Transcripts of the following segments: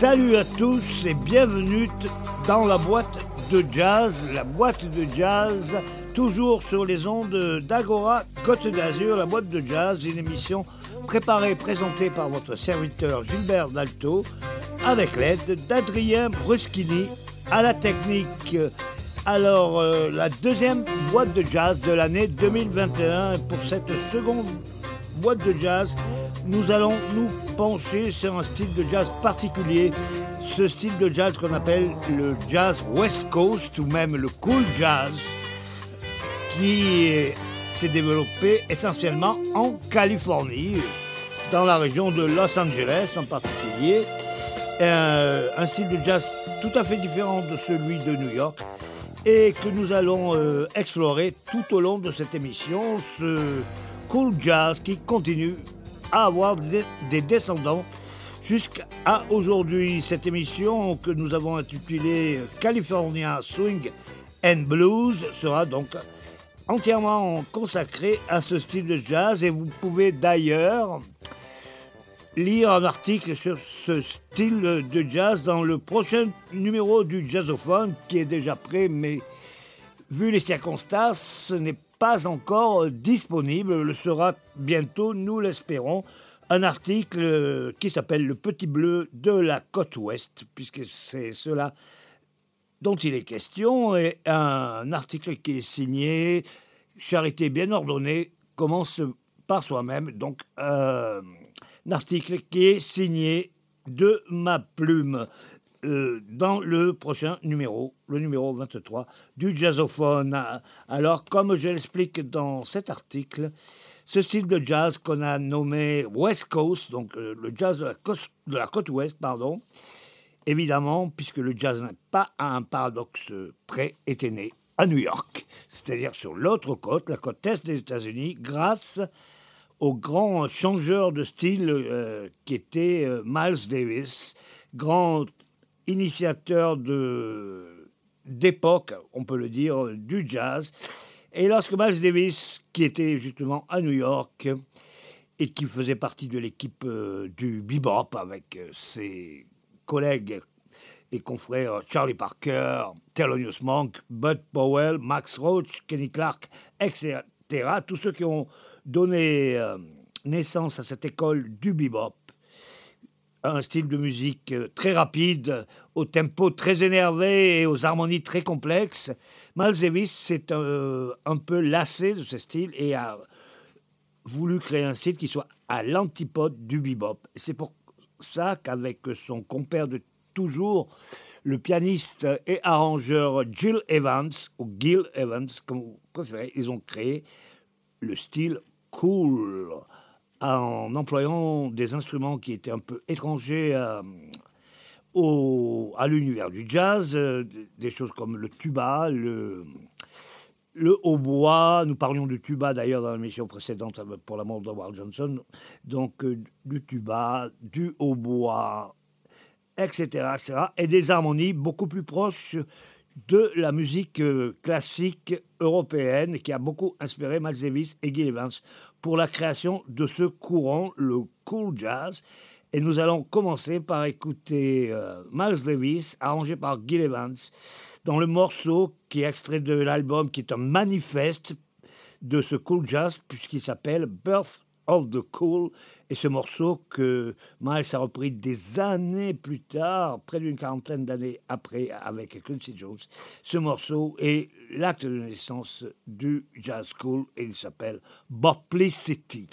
Salut à tous et bienvenue dans la boîte de jazz, toujours sur les ondes d'Agora Côte d'Azur, la boîte de jazz, une émission préparée et présentée par votre serviteur Gilbert Dalto, avec l'aide d'Adrien Bruschini à la technique. Alors, la deuxième boîte de jazz de l'année 2021, pour cette seconde boîte de jazz, nous allons nous pencher sur un style de jazz particulier, ce style de jazz qu'on appelle le jazz West Coast ou même le cool jazz, qui s'est développé essentiellement en Californie, dans la région de Los Angeles en particulier. Un style de jazz tout à fait différent de celui de New York et que nous allons explorer tout au long de cette émission, ce cool jazz qui continue à avoir des descendants jusqu'à aujourd'hui. Cette émission que nous avons intitulée California Swing and Blues sera donc entièrement consacrée à ce style de jazz, et vous pouvez d'ailleurs lire un article sur ce style de jazz dans le prochain numéro du Jazzophone qui est déjà prêt, mais vu les circonstances, ce n'est pas encore disponible. Le sera bientôt, nous l'espérons, un article qui s'appelle Le Petit Bleu de la Côte Ouest, puisque c'est cela dont il est question, et un article qui est signé Charité bien ordonnée commence par soi-même, donc un article qui est signé de ma plume dans le prochain numéro, le numéro 23 du Jazzophone. Alors, comme je l'explique dans cet article, ce style de jazz qu'on a nommé West Coast, donc le jazz de la côte ouest, évidemment, puisque le jazz n'est pas un paradoxe près, était né à New York, c'est-à-dire sur l'autre côte, la côte est des États-Unis, grâce au grand changeur de style qui était Miles Davis, grand initiateur d'époque, on peut le dire, du jazz. Et lorsque Miles Davis, qui était justement à New York et qui faisait partie de l'équipe du bebop avec ses collègues et confrères Charlie Parker, Thelonious Monk, Bud Powell, Max Roach, Kenny Clarke, etc., tous ceux qui ont donné naissance à cette école du bebop, un style de musique très rapide, au tempo très énervé et aux harmonies très complexes. Miles Davis s'est un peu lassé de ce style et a voulu créer un style qui soit à l'antipode du bebop. C'est pour ça qu'avec son compère de toujours, le pianiste et arrangeur Gil Evans, comme vous préférez, ils ont créé le style cool, en employant des instruments qui étaient un peu étrangers à l'univers du jazz, des choses comme le tuba, le hautbois. Nous parlions du tuba d'ailleurs dans l'émission précédente pour la mort d'Howard Johnson, donc du tuba, du hautbois, etc., et des harmonies beaucoup plus proches de la musique classique européenne qui a beaucoup inspiré Miles Davis et Gil Evans pour la création de ce courant, le cool jazz. Et nous allons commencer par écouter Miles Davis, arrangé par Gil Evans, dans le morceau qui est extrait de l'album, qui est un manifeste de ce cool jazz, puisqu'il s'appelle Birth of the Cool. Et ce morceau que Miles a repris des années plus tard, près d'une quarantaine d'années après, avec Quincy Jones. Ce morceau est l'acte de naissance du jazz cool et il s'appelle Boplicity.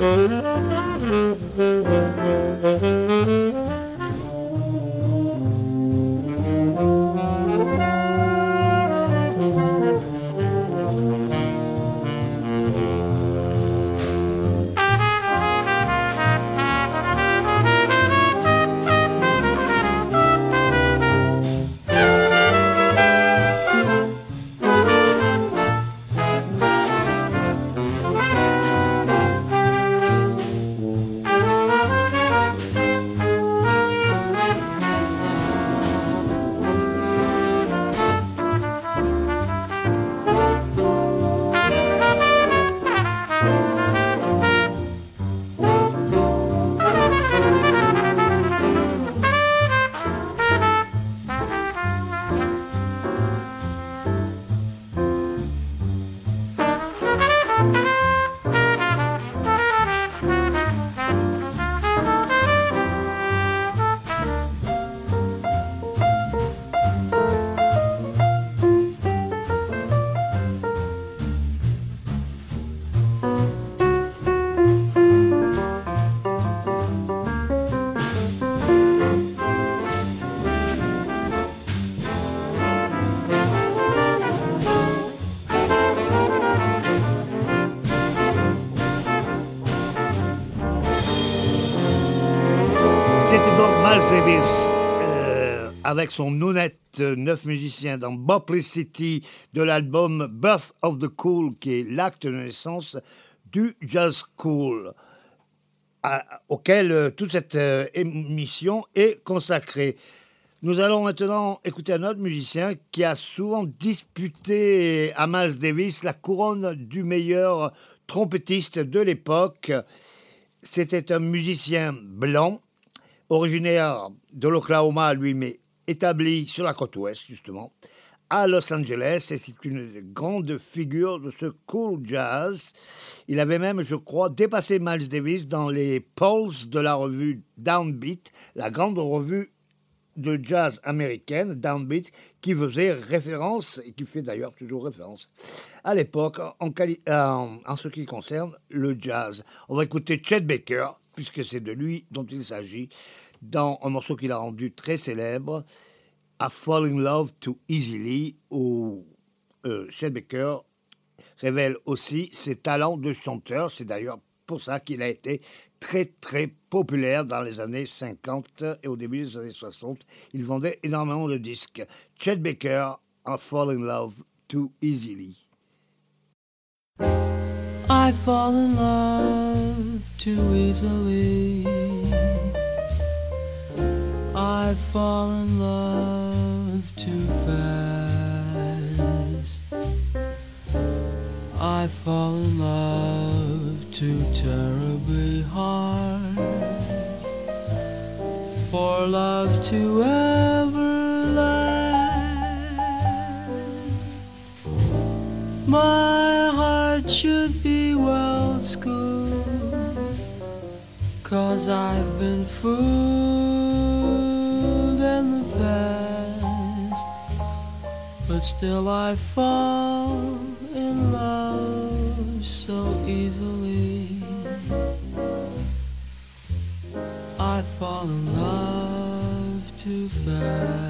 Davis, avec son honnête 9 musiciens dans Publicity de l'album Birth of the Cool, qui est l'acte de naissance du jazz cool, auquel toute cette émission est consacrée. Nous allons maintenant écouter un autre musicien qui a souvent disputé à Miles Davis la couronne du meilleur trompettiste de l'époque. C'était un musicien blanc, originaire de l'Oklahoma, lui, mais établi sur la côte ouest, justement, à Los Angeles, et c'est une grande figure de ce cool jazz. Il avait même, je crois, dépassé Miles Davis dans les polls de la revue Downbeat, la grande revue de jazz américaine, Downbeat, qui faisait référence, et qui fait d'ailleurs toujours référence, à l'époque, en ce qui concerne le jazz. On va écouter Chet Baker, puisque c'est de lui dont il s'agit, dans un morceau qu'il a rendu très célèbre, I Fall in Love Too Easily, où Chet Baker révèle aussi ses talents de chanteur. C'est d'ailleurs pour ça qu'il a été très très populaire dans les années 50 et au début des années 60. Il vendait énormément de disques. Chet Baker, I Fall in Love Too Easily. I fall in love too easily. I fall in love too fast. I fall in love too terribly hard for love to ever last. My heart should be well schooled, 'cause I've been fooled in the past, but still I fall in love so easily. I fall in love too fast.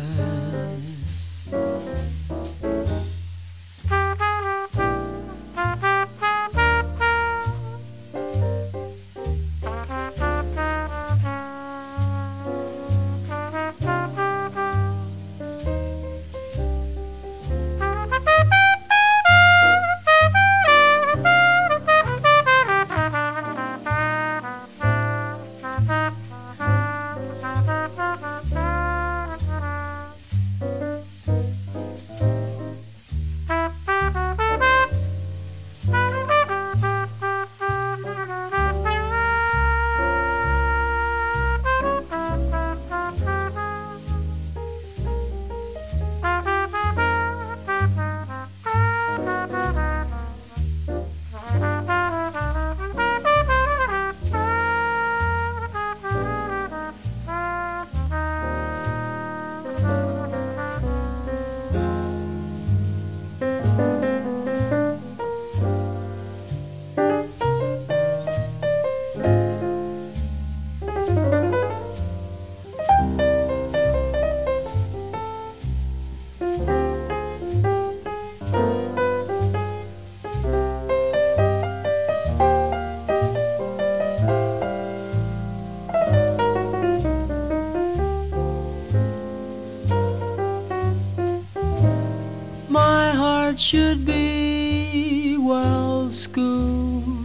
should be well schooled,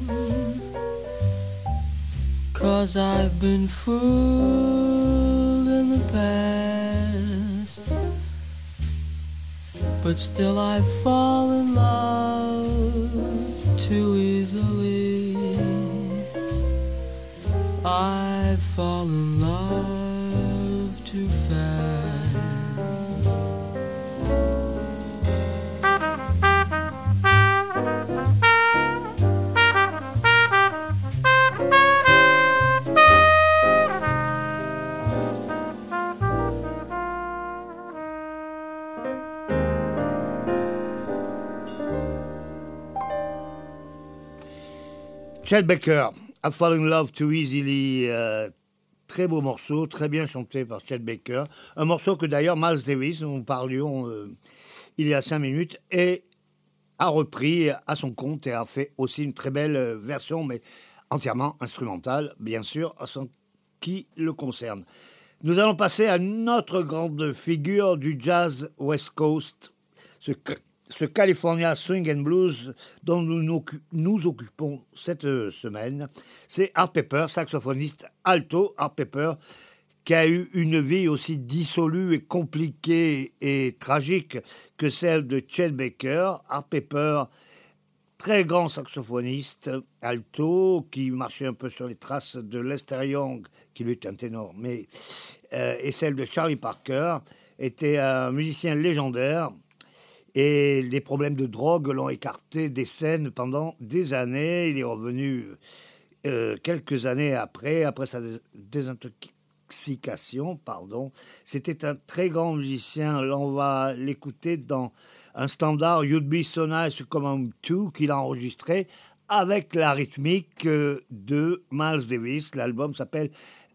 'cause I've been fooled in the past, but still I fall in love too easily. I fall in love too fast. Chet Baker, I Fall in Love Too Easily, très beau morceau, très bien chanté par Chet Baker. Un morceau que d'ailleurs Miles Davis, dont nous parlions il y a 5 minutes, a repris à son compte et a fait aussi une très belle version, mais entièrement instrumentale, bien sûr, à ce qui le concerne. Nous allons passer à notre grande figure du jazz West Coast, ce California Swing and Blues dont nous occupons cette semaine. C'est Art Pepper, saxophoniste alto. Art Pepper, qui a eu une vie aussi dissolue et compliquée et tragique que celle de Chet Baker. Art Pepper, très grand saxophoniste alto, qui marchait un peu sur les traces de Lester Young, qui lui est un ténor, et celle de Charlie Parker, était un musicien légendaire. Et les problèmes de drogue l'ont écarté des scènes pendant des années. Il est revenu quelques années après sa désintoxication. C'était un très grand musicien. Là, on va l'écouter dans un standard You'd Be So Nice to Come Home To qu'il a enregistré avec la rythmique de Miles Davis. L'album s'appelle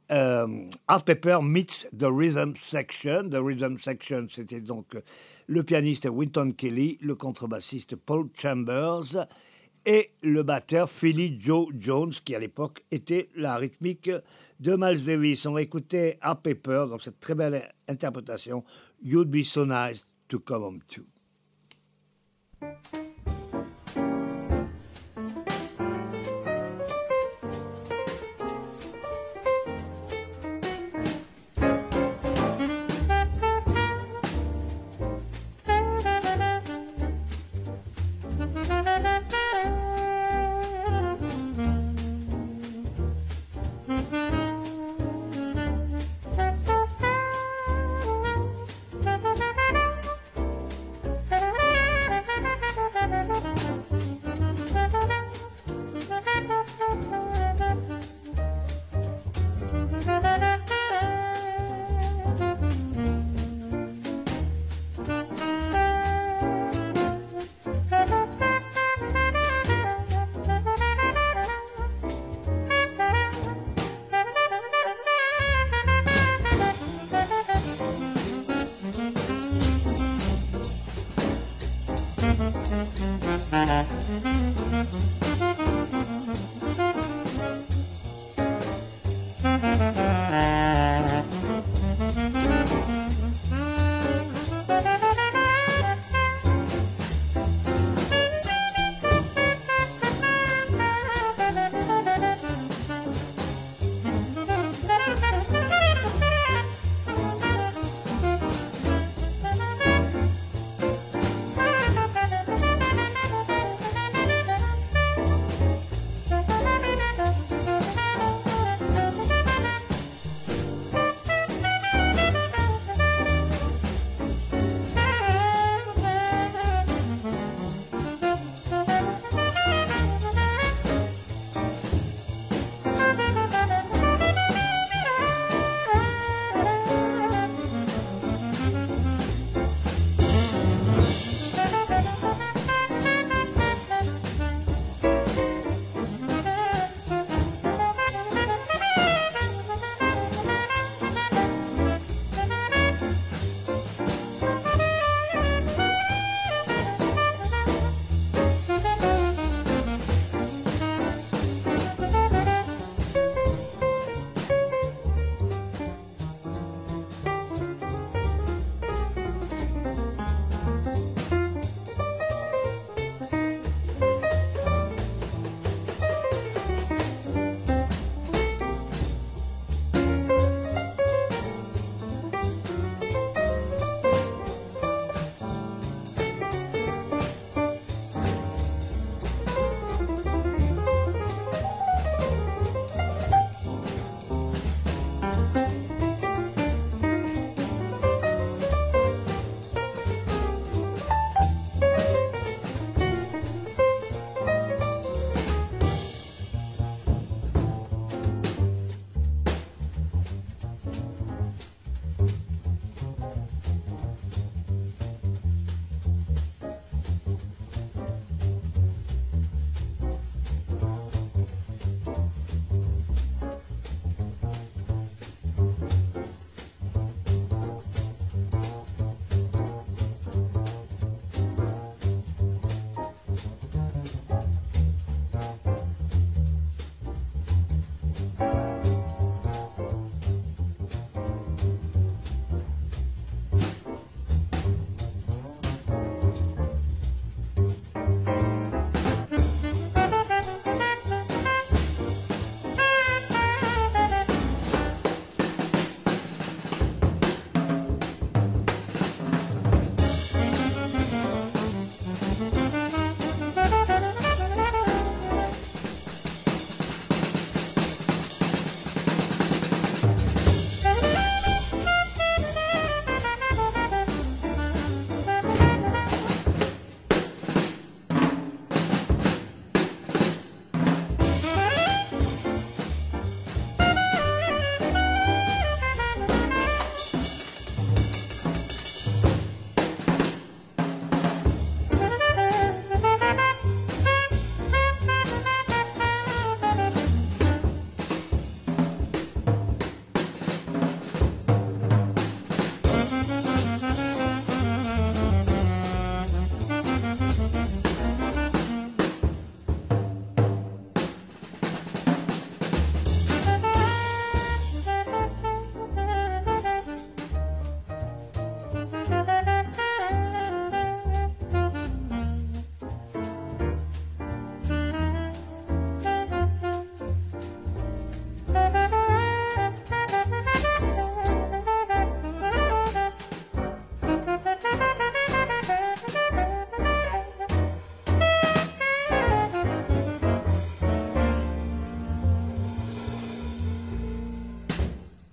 Art Pepper Meets the Rhythm Section. The Rhythm Section, c'était donc le pianiste Wynton Kelly, le contrebassiste Paul Chambers et le batteur Philly Joe Jones, qui à l'époque était la rythmique de Miles Davis. On va écouter Art Pepper dans cette très belle interprétation You'd Be So Nice to Come Home To.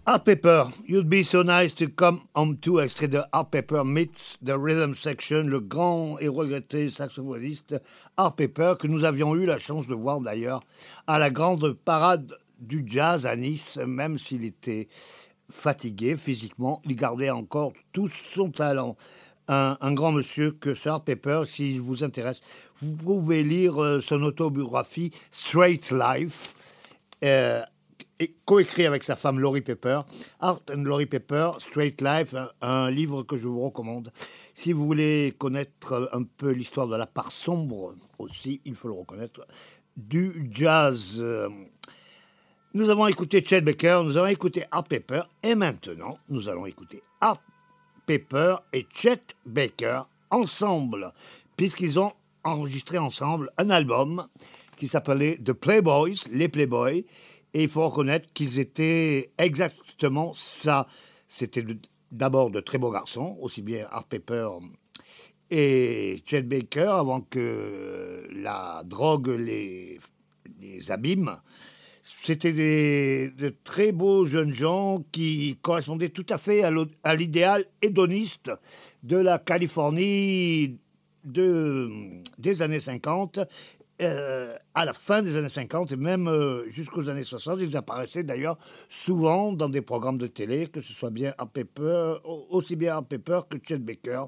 Art Pepper, You'd Be So Nice to Come Home To, extrait de Art Pepper Meets the Rhythm Section, le grand et regretté saxophoniste Art Pepper, que nous avions eu la chance de voir d'ailleurs à la grande parade du jazz à Nice, même s'il était fatigué physiquement, il gardait encore tout son talent. Un grand monsieur que ce Art Pepper, s'il vous intéresse, vous pouvez lire son autobiographie Straight Life, coécrit avec sa femme Laurie Pepper, Art and Laurie Pepper, Straight Life, un livre que je vous recommande. Si vous voulez connaître un peu l'histoire de la part sombre aussi, il faut le reconnaître, du jazz. Nous avons écouté Chet Baker, nous avons écouté Art Pepper, et maintenant, nous allons écouter Art Pepper et Chet Baker ensemble, puisqu'ils ont enregistré ensemble un album qui s'appelait The Playboys, les Playboys, et il faut reconnaître qu'ils étaient exactement ça. C'était d'abord de très beaux garçons, aussi bien Art Pepper et Chet Baker, avant que la drogue les abîme. C'était de très beaux jeunes gens qui correspondaient tout à fait à l'idéal hédoniste de la Californie des années 50. À la fin des années 50 et même jusqu'aux années 60, ils apparaissaient d'ailleurs souvent dans des programmes de télé, que ce soit bien Art Pepper, aussi bien Art Pepper que Chet Baker.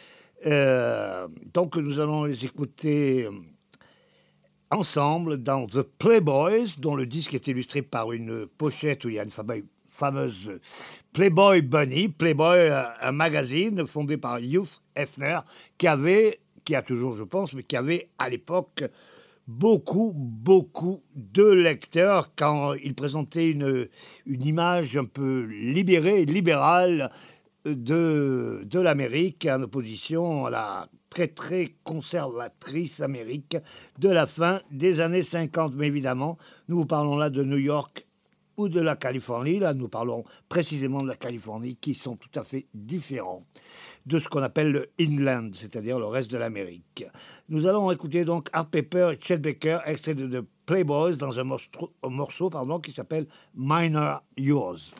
Donc nous allons les écouter ensemble dans The Playboys, dont le disque est illustré par une pochette où il y a une fameuse Playboy Bunny. Playboy, un magazine fondé par Hugh Hefner, qui a toujours, je pense, mais qui avait à l'époque beaucoup de lecteurs quand il présentait une image un peu libérée, libérale de l'Amérique, en opposition à la très conservatrice Amérique de la fin des années 50. Mais évidemment, nous vous parlons là de New York ou de la Californie. Là, nous parlons précisément de la Californie, qui sont tout à fait différents de ce qu'on appelle le inland, c'est-à-dire le reste de l'Amérique. Nous allons écouter donc Art Pepper et Chet Baker, extrait de The Playboys, dans un morceau qui s'appelle Minor Yours.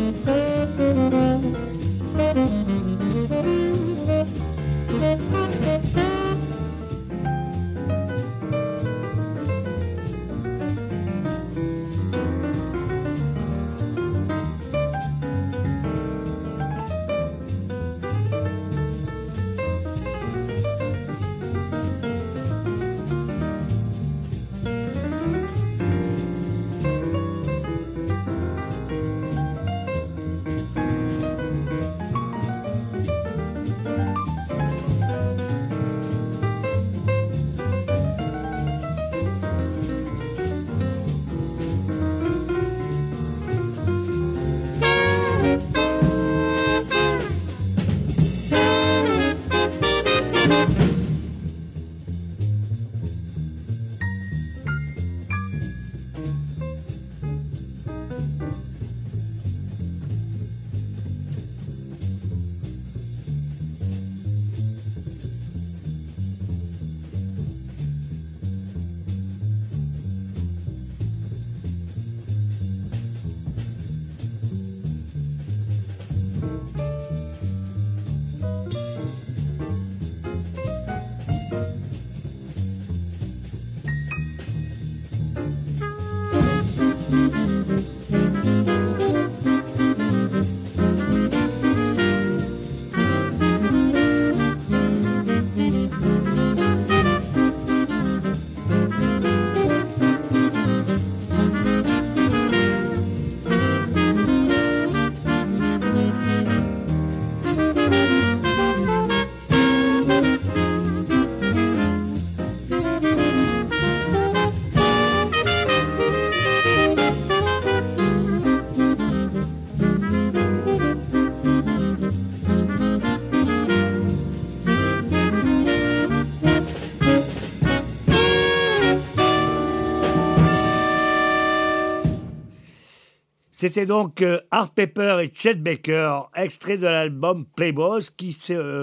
C'était donc Art Pepper et Chet Baker, extrait de l'album Playboys, qui,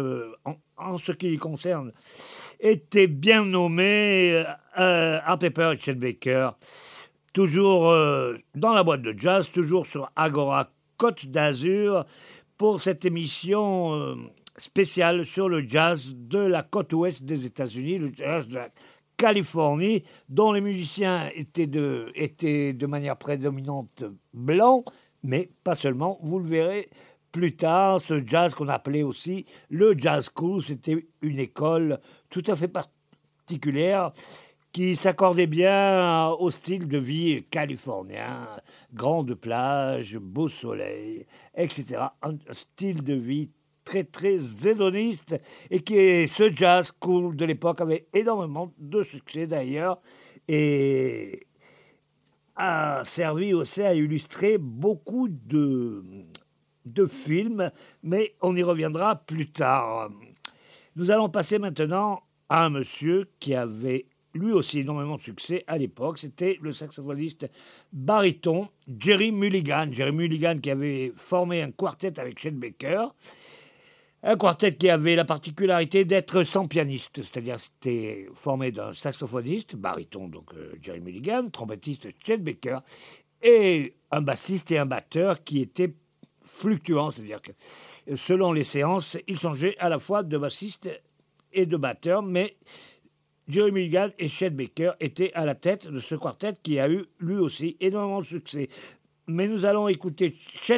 en ce qui les concerne, était bien nommé Art Pepper et Chet Baker, toujours dans la boîte de jazz, toujours sur Agora Côte d'Azur, pour cette émission spéciale sur le jazz de la côte ouest des États-Unis, le jazz de la Californie, dont les musiciens étaient de manière prédominante blancs, mais pas seulement. Vous le verrez plus tard, ce jazz qu'on appelait aussi le jazz cool, c'était une école tout à fait particulière qui s'accordait bien au style de vie californien, grande plage, beau soleil, etc. Un style de vie très très hédoniste, et ce jazz cool de l'époque avait énormément de succès d'ailleurs, et a servi aussi à illustrer beaucoup de films, mais on y reviendra plus tard. Nous allons passer maintenant à un monsieur qui avait lui aussi énormément de succès à l'époque, c'était le saxophoniste baryton Jerry Mulligan. Jerry Mulligan qui avait formé un quartet avec Chet Baker, un quartet qui avait la particularité d'être sans pianiste, c'est-à-dire c'était formé d'un saxophoniste, baryton donc Jerry Mulligan, trompettiste Chet Baker, et un bassiste et un batteur qui étaient fluctuants, c'est-à-dire que selon les séances, ils changeaient à la fois de bassiste et de batteur, mais Jerry Mulligan et Chet Baker étaient à la tête de ce quartet qui a eu lui aussi énormément de succès. Mais nous allons écouter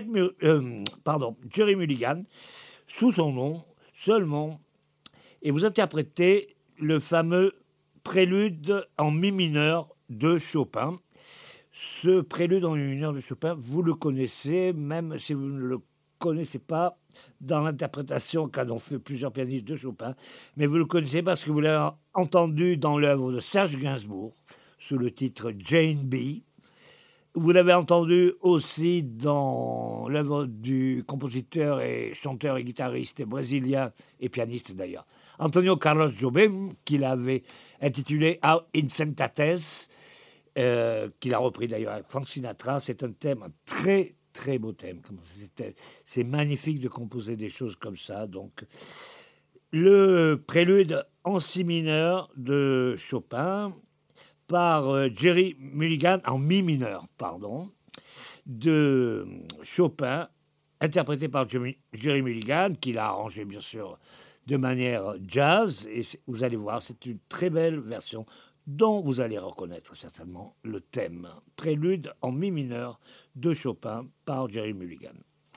Jerry Mulligan sous son nom seulement, et vous interprétez le fameux prélude en mi mineur de Chopin. Ce prélude en mi mineur de Chopin, vous le connaissez, même si vous ne le connaissez pas dans l'interprétation qu'en ont fait plusieurs pianistes de Chopin, mais vous le connaissez parce que vous l'avez entendu dans l'œuvre de Serge Gainsbourg sous le titre Jane B. Vous l'avez entendu aussi dans l'œuvre du compositeur et chanteur et guitariste brésilien et pianiste d'ailleurs, Antonio Carlos Jobim, qu'il avait intitulé Out in Sanctates, qu'il a repris d'ailleurs avec Frank Sinatra. C'est un thème, un très très beau thème. C'est magnifique de composer des choses comme ça. Donc, le prélude en si mineur de Chopin par Jerry Mulligan, en mi mineur, de Chopin, interprété par Jerry Mulligan, qui l'a arrangé bien sûr de manière jazz. Et vous allez voir, c'est une très belle version dont vous allez reconnaître certainement le thème. Prélude en mi mineur de Chopin par Jerry Mulligan.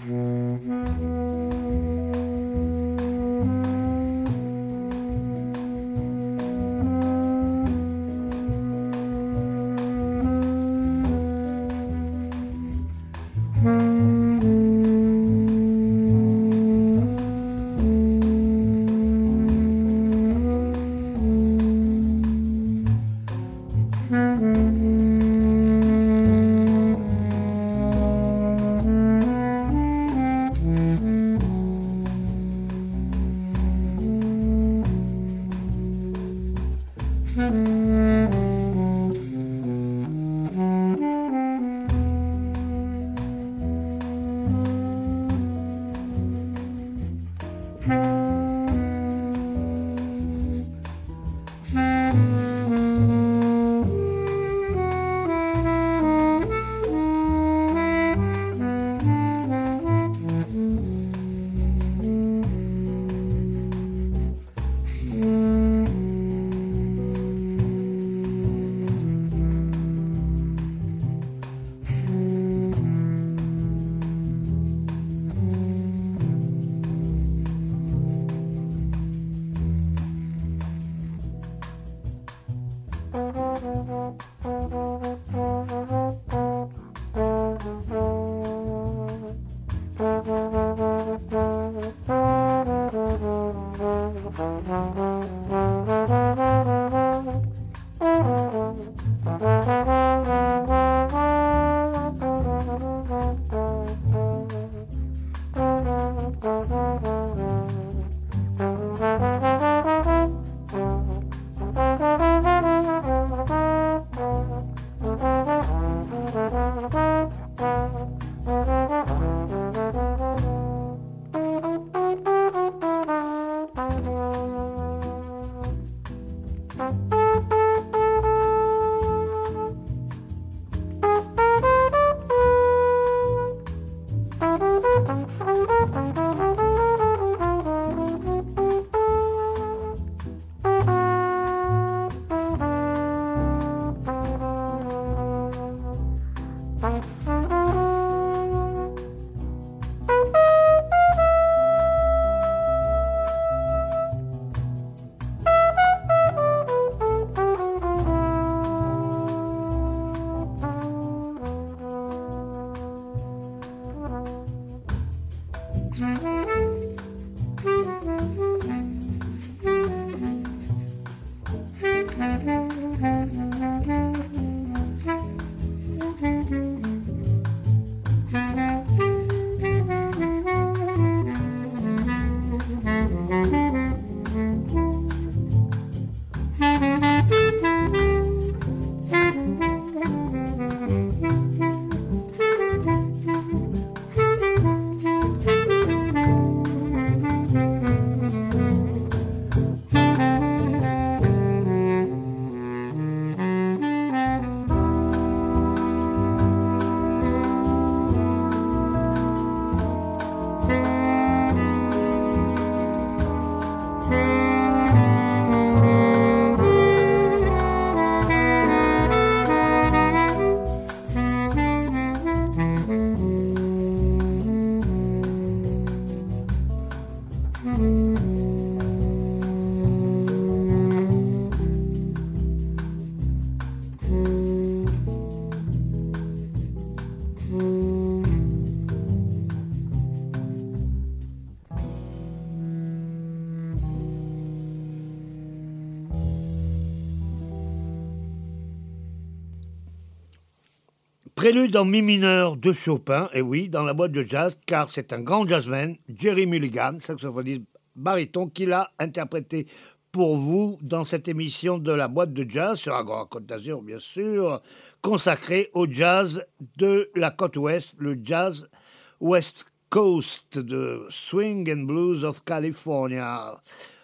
Prélude en mi mineur de Chopin, et oui, dans la boîte de jazz, car c'est un grand jazzman, Jerry Mulligan, saxophoniste baryton, qui l'a interprété pour vous dans cette émission de la boîte de jazz sur Agora Côte d'Azur, bien sûr, consacrée au jazz de la côte ouest, le jazz West Coast de Swing and Blues of California.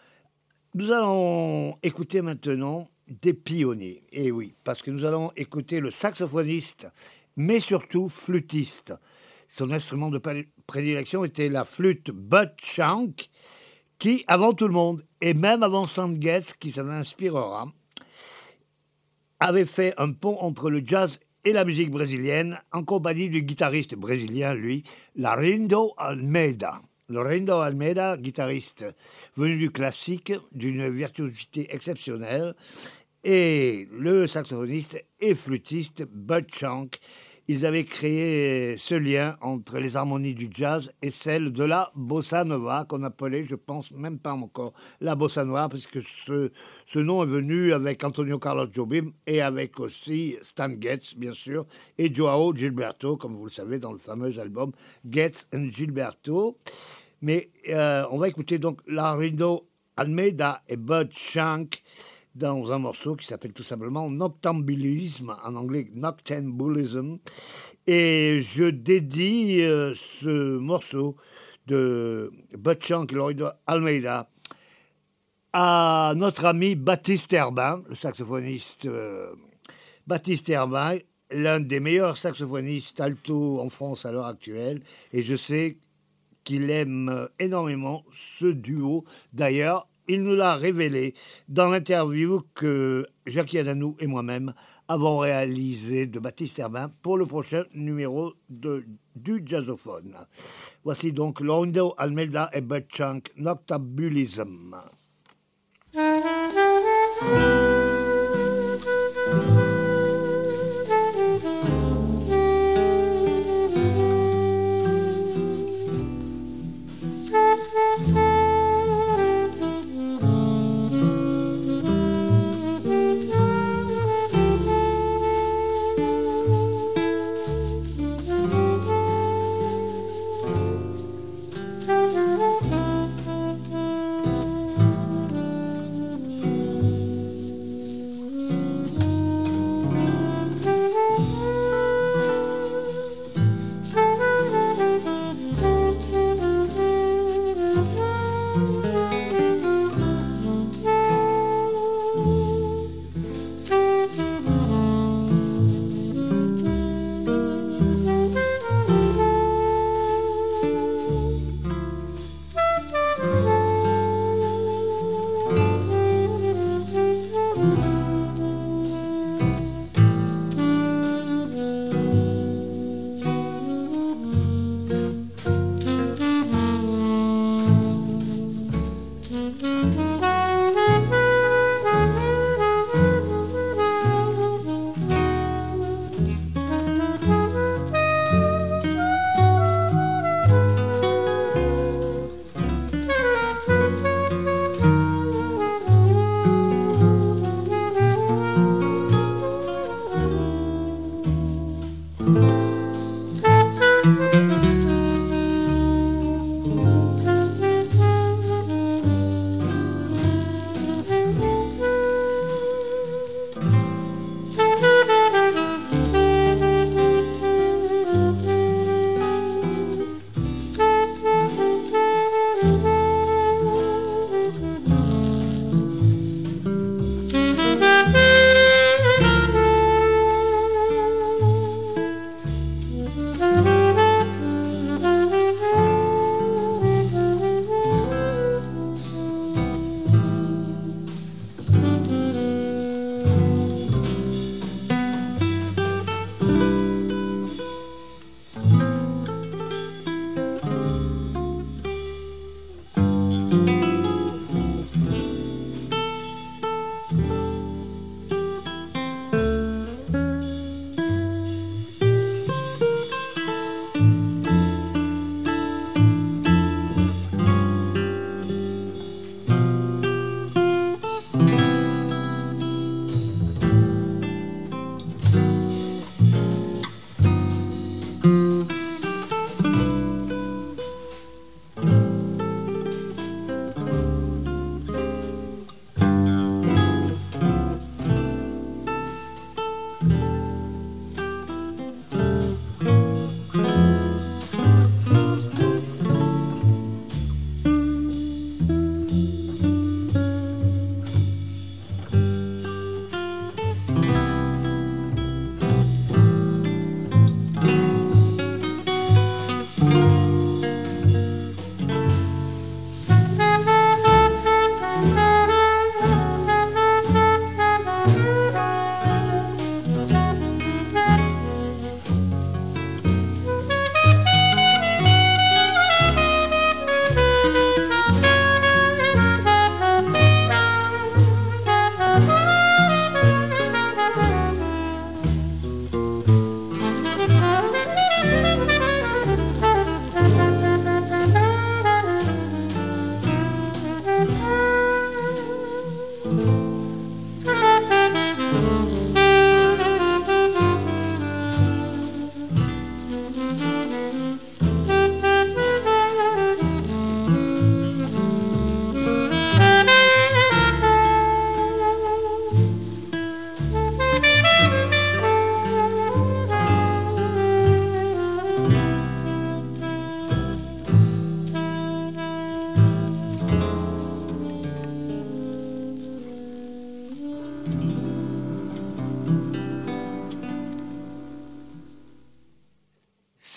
Nous allons écouter maintenant des pionniers, et oui, parce que nous allons écouter le saxophoniste mais surtout flûtiste. Son instrument de prédilection était la flûte Bud Shank, qui, avant tout le monde, et même avant Stan Getz, qui s'en inspirera, avait fait un pont entre le jazz et la musique brésilienne, en compagnie du guitariste brésilien, lui, Laurindo Almeida. Laurindo Almeida, guitariste venu du classique, d'une virtuosité exceptionnelle, et le saxophoniste et flûtiste Bud Shank. Ils avaient créé ce lien entre les harmonies du jazz et celles de la bossa nova, qu'on appelait, je pense, même pas encore la bossa nova, parce que ce nom est venu avec Antonio Carlos Jobim et avec aussi Stan Getz, bien sûr, et Joao Gilberto, comme vous le savez, dans le fameux album Getz and Gilberto. Mais on va écouter donc Laurindo Almeida et Bud Shank dans un morceau qui s'appelle tout simplement Noctambulisme, en anglais Noctambulism. Et je dédie ce morceau de Bud Shank et Laurindo Almeida à notre ami Baptiste Herbin, le saxophoniste Baptiste Herbin, l'un des meilleurs saxophonistes alto en France à l'heure actuelle. Et je sais qu'il aime énormément ce duo. D'ailleurs, il nous l'a révélé dans l'interview que Jackie Adanou et moi-même avons réalisé de Baptiste Herbin pour le prochain numéro du Jazzophone. Voici donc Laurindo Almeida et Bud Shank, Noctambulism.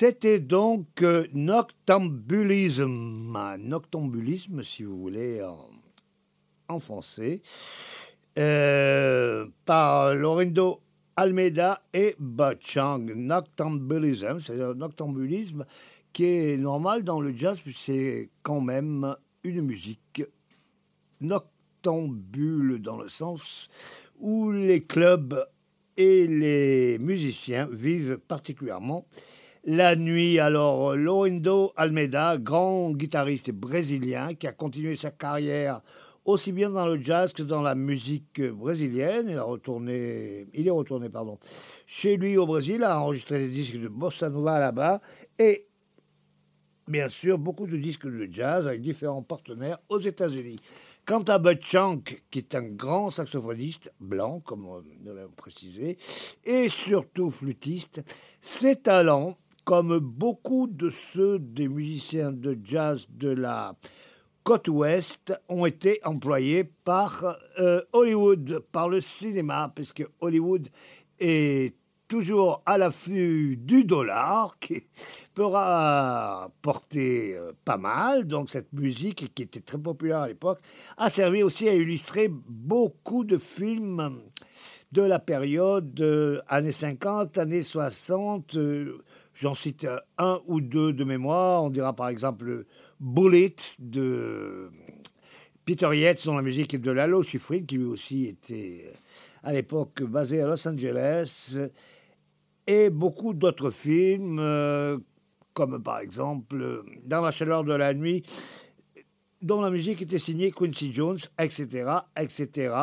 C'était donc Noctambulisme. Noctambulisme, si vous voulez, en français, par Lorenzo Almeida et Bachang. Noctambulisme, c'est-à-dire noctambulisme qui est normal dans le jazz, puis c'est quand même une musique noctambule dans le sens où les clubs et les musiciens vivent particulièrement la nuit. Alors, Lorenzo Almeida, grand guitariste brésilien qui a continué sa carrière aussi bien dans le jazz que dans la musique brésilienne. Il est retourné chez lui au Brésil, a enregistré des disques de bossa nova là-bas et bien sûr beaucoup de disques de jazz avec différents partenaires aux États-Unis. Quant à Bud Shank, qui est un grand saxophoniste blanc, comme nous l'avons précisé, et surtout flûtiste, ses talents, comme beaucoup de ceux des musiciens de jazz de la côte ouest, ont été employés par Hollywood, par le cinéma, puisque Hollywood est toujours à l'affût du dollar, qui peut rapporter pas mal. Donc cette musique, qui était très populaire à l'époque, a servi aussi à illustrer beaucoup de films de la période années 50, années 60. J'en cite un ou deux de mémoire. On dira par exemple Bullet de Peter Yates, dont la musique est de Lalo Schifrin, qui lui aussi était à l'époque basé à Los Angeles, et beaucoup d'autres films, comme par exemple Dans la chaleur de la nuit, dont la musique était signée Quincy Jones, etc., etc.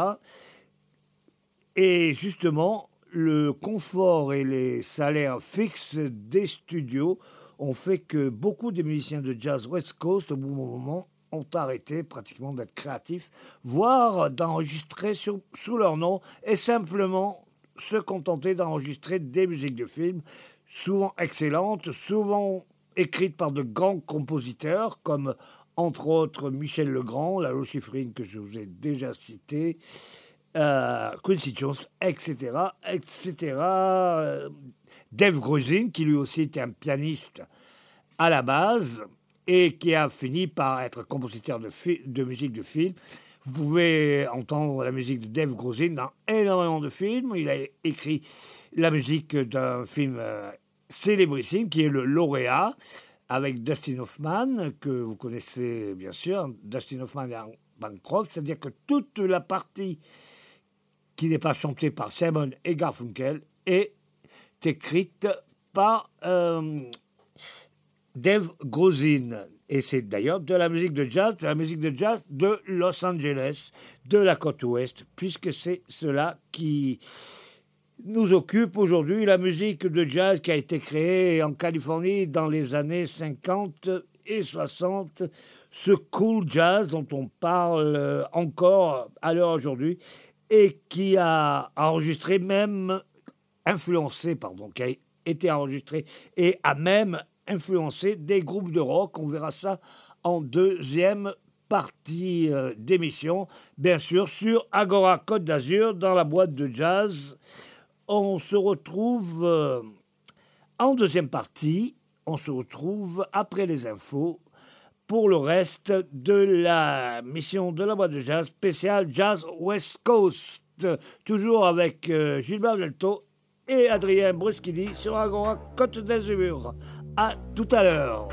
Et justement, le confort et les salaires fixes des studios ont fait que beaucoup des musiciens de jazz West Coast, au bout d'un moment, ont arrêté pratiquement d'être créatifs, voire d'enregistrer sous leur nom et simplement se contenter d'enregistrer des musiques de films, souvent excellentes, souvent écrites par de grands compositeurs, comme entre autres Michel Legrand, Lalo Schifrin que je vous ai déjà cité, Quincy Jones, etc., etc. Dave Grusin, qui lui aussi était un pianiste à la base et qui a fini par être compositeur de musique de film. Vous pouvez entendre la musique de Dave Grusin dans énormément de films. Il a écrit la musique d'un film célébrissime qui est Le Lauréat, avec Dustin Hoffman, que vous connaissez bien sûr. Dustin Hoffman et Bancroft, c'est-à-dire que toute la partie qui n'est pas chantée par Simon et Garfunkel est écrite par Dave Grusin. Et c'est d'ailleurs de la musique de jazz de Los Angeles, de la côte ouest, puisque c'est cela qui nous occupe aujourd'hui, la musique de jazz qui a été créée en Californie dans les années 50 et 60, ce cool jazz dont on parle encore à l'heure aujourd'hui et qui a enregistré même, qui a été enregistré et a même influencé des groupes de rock. On verra ça en deuxième partie d'émission, bien sûr, sur Agora Côte d'Azur, dans la boîte de jazz. On se retrouve en deuxième partie, on se retrouve après les infos pour le reste de la mission de la boîte de jazz spéciale Jazz West Coast, toujours avec Gilbert Delto et Adrien Bruschini sur Agora Côte d'Azur. À tout à l'heure.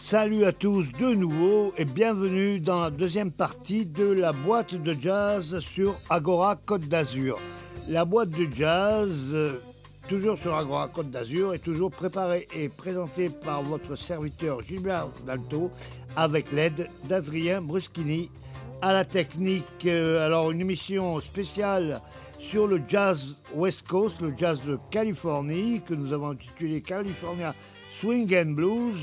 Salut à tous de nouveau et bienvenue dans la deuxième partie de la boîte de jazz sur Agora Côte d'Azur. La boîte de jazz, toujours sur Agora Côte d'Azur, est toujours préparée et présentée par votre serviteur Gilbert Dalto avec l'aide d'Adrien Bruschini à la technique. Alors une émission spéciale sur le jazz West Coast, le jazz de Californie, que nous avons intitulé California Swing and Blues,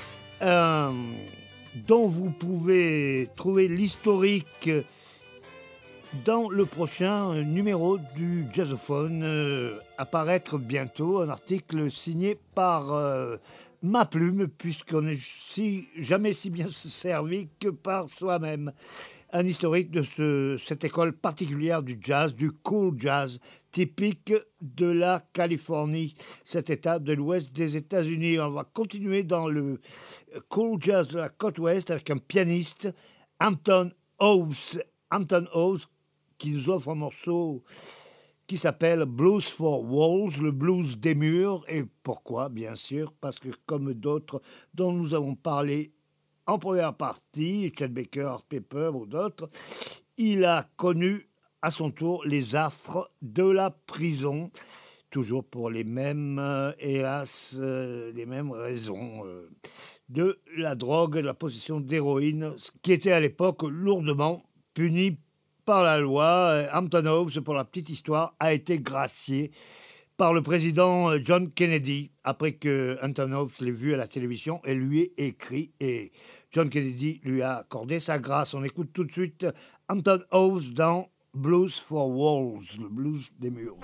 dont vous pouvez trouver l'historique dans le prochain numéro du Jazzophone, apparaître bientôt, un article signé par ma plume, puisqu'on n'est jamais si bien servi que par soi-même. Un historique de cette école particulière du jazz, du cool jazz, typique de la Californie, cet état de l'ouest des États-Unis. On va continuer dans le cool jazz de la côte ouest avec un pianiste, Hampton House. Hampton House qui nous offre un morceau qui s'appelle Blues for Walls, le blues des murs. Et pourquoi? Bien sûr, parce que comme d'autres dont nous avons parlé en première partie, Chet Baker, Art Pepper ou d'autres, il a connu à son tour les affres de la prison, toujours pour les mêmes, hélas, les mêmes raisons de la drogue, de la possession d'héroïne, qui était à l'époque lourdement puni par la loi. Hampton House, pour la petite histoire, a été gracié par le président John Kennedy, après que Hampton House l'ait vu à la télévision et lui ait écrit, et John Kennedy lui a accordé sa grâce. On écoute tout de suite Hampton House dans Blues for Walls, le blues des murs.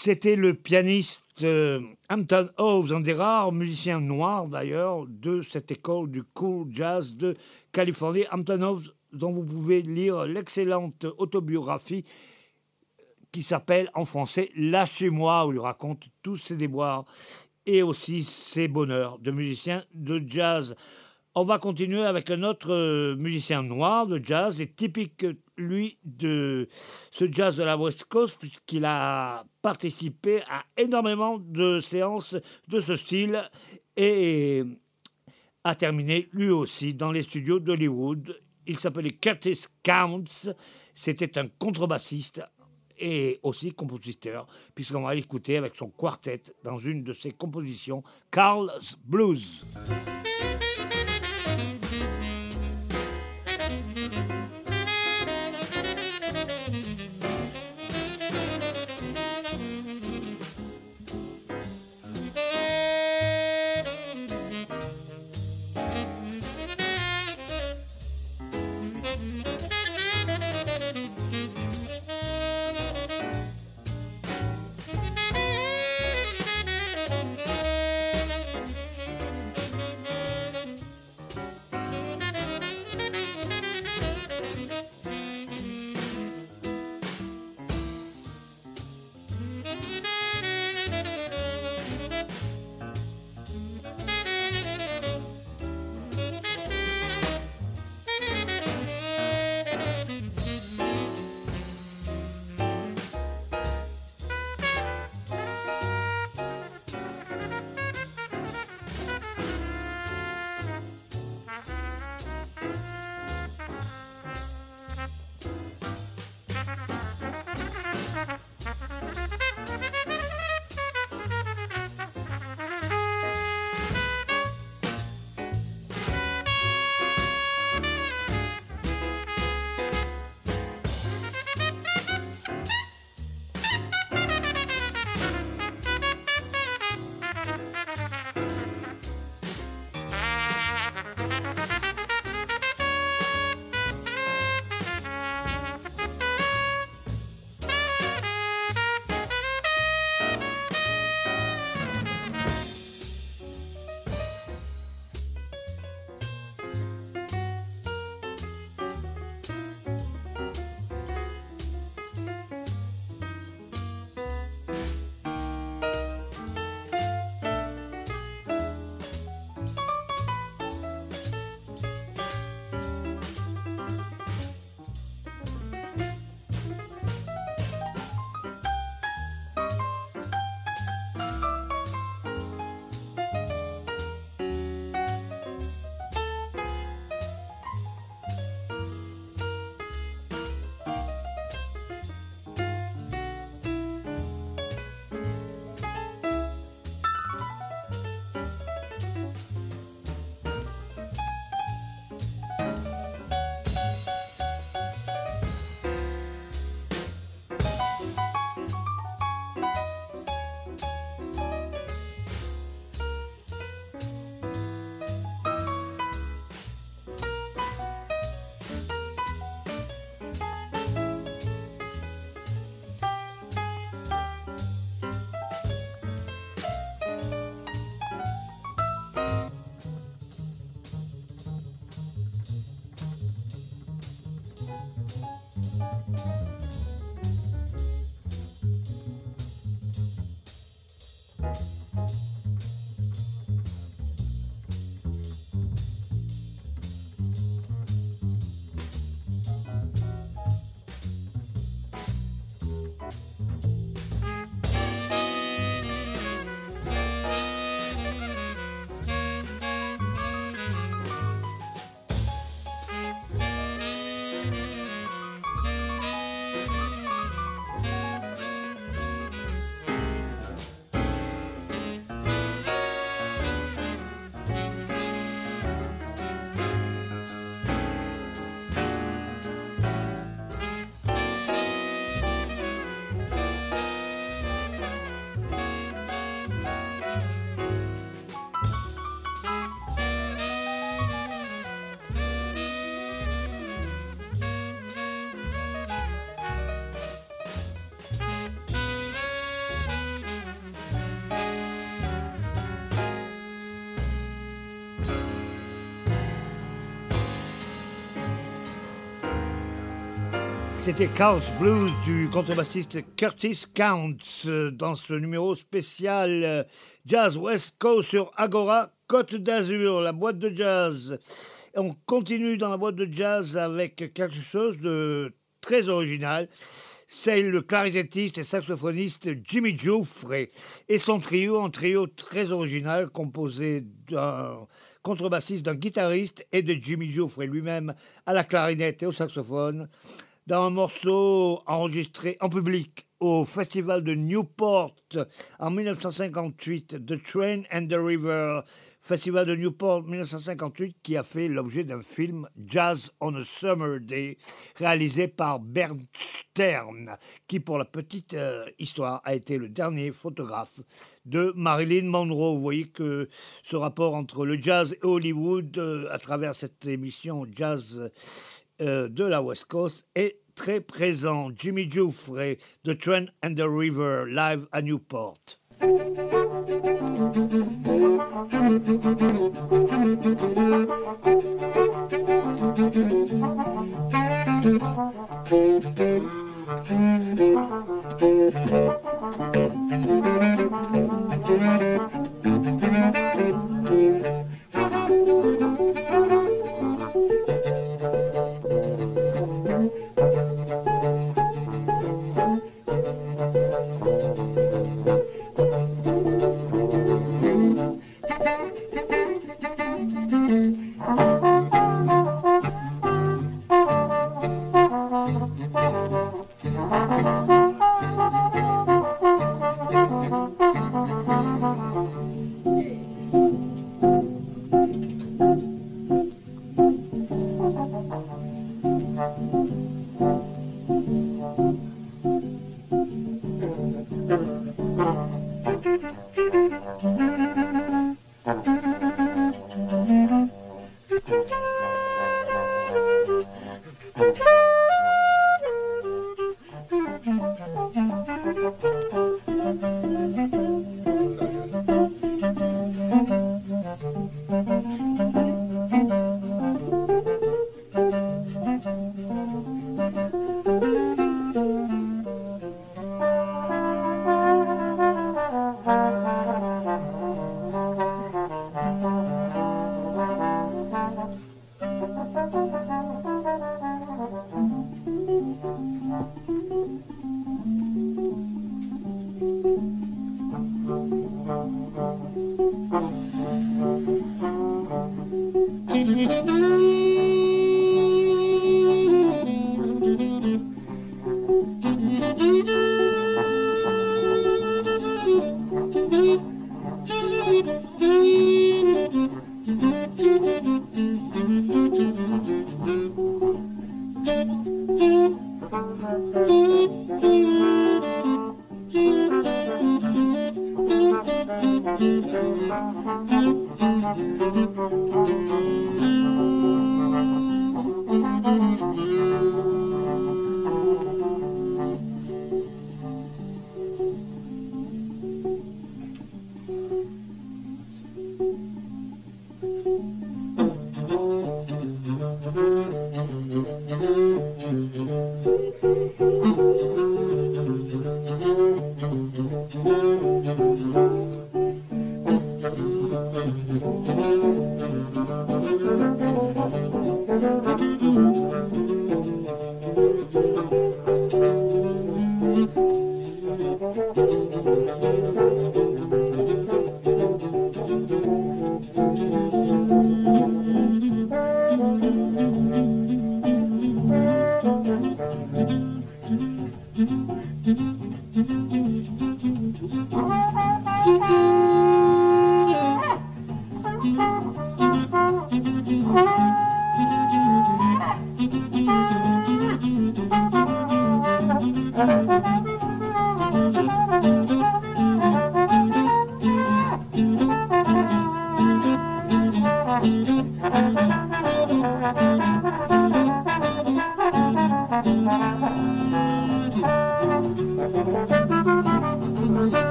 C'était le pianiste Hampton Howes, un des rares musiciens noirs d'ailleurs de cette école du cool jazz de Californie. Hampton Howes, dont vous pouvez lire l'excellente autobiographie qui s'appelle en français « Lâchez-moi », où il raconte tous ses déboires et aussi ses bonheurs de musicien de jazz. On va continuer avec un autre musicien noir de jazz, et typique, lui, de ce jazz de la West Coast, puisqu'il a participé à énormément de séances de ce style et a terminé, lui aussi, dans les studios d'Hollywood. Il s'appelait Curtis Counts, c'était un contrebassiste et aussi compositeur, puisqu'on va l'écouter avec son quartet dans une de ses compositions, Carl's Blues. C'était Chaos Blues du contrebassiste Curtis Counts dans ce numéro spécial Jazz West Coast sur Agora Côte d'Azur, la boîte de jazz. Et on continue dans la boîte de jazz avec quelque chose de très original. C'est le clarinettiste et saxophoniste Jimmy Giuffre et son trio, un trio très original composé d'un contrebassiste, d'un guitariste et de Jimmy Giuffre lui-même à la clarinette et au saxophone, dans un morceau enregistré en public au festival de Newport en 1958, The Train and the River, festival de Newport 1958 qui a fait l'objet d'un film Jazz on a Summer Day réalisé par Bernd Stern, qui pour la petite histoire a été le dernier photographe de Marilyn Monroe. Vous voyez que ce rapport entre le jazz et Hollywood à travers cette émission Jazz de la West Coast est très présent. Jimmy Giuffre, The Train and the River, live à Newport.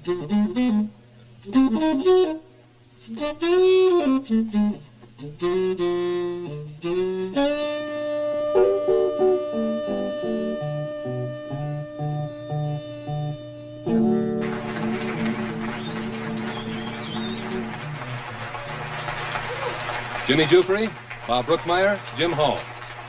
Jimmy Jufrey, Bob Brookmeyer, Jim Hall.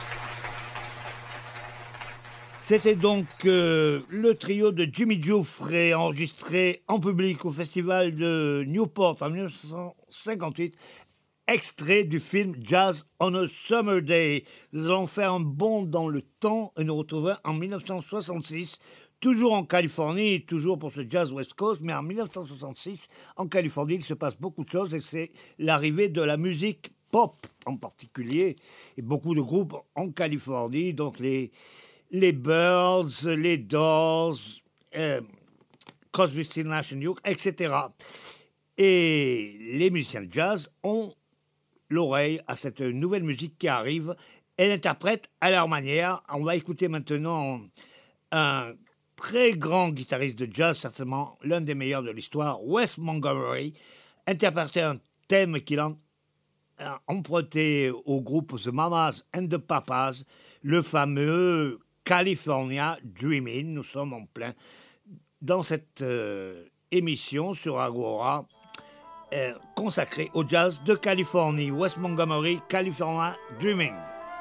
C'était donc le trio de Jimmy Jufrey enregistré en public au festival de Newport en 1958, extrait du film Jazz on a Summer Day. Nous allons faire un bond dans le temps et nous retrouver en 1966, toujours en Californie, toujours pour ce Jazz West Coast, mais en 1966, en Californie, il se passe beaucoup de choses et c'est l'arrivée de la musique pop en particulier, et beaucoup de groupes en Californie, donc les Byrds, les Doors, Crosby, Stills, Nash & Young, etc. Et les musiciens de jazz ont l'oreille à cette nouvelle musique qui arrive et l'interprètent à leur manière. On va écouter maintenant un très grand guitariste de jazz, certainement l'un des meilleurs de l'histoire, Wes Montgomery, interpréter un thème qu'il a emprunté au groupe The Mamas and the Papas, le fameux California Dreamin'. Nous sommes en plein dans cette émission sur Agora consacrée au jazz de Californie. Wes Montgomery, California Dreamin'.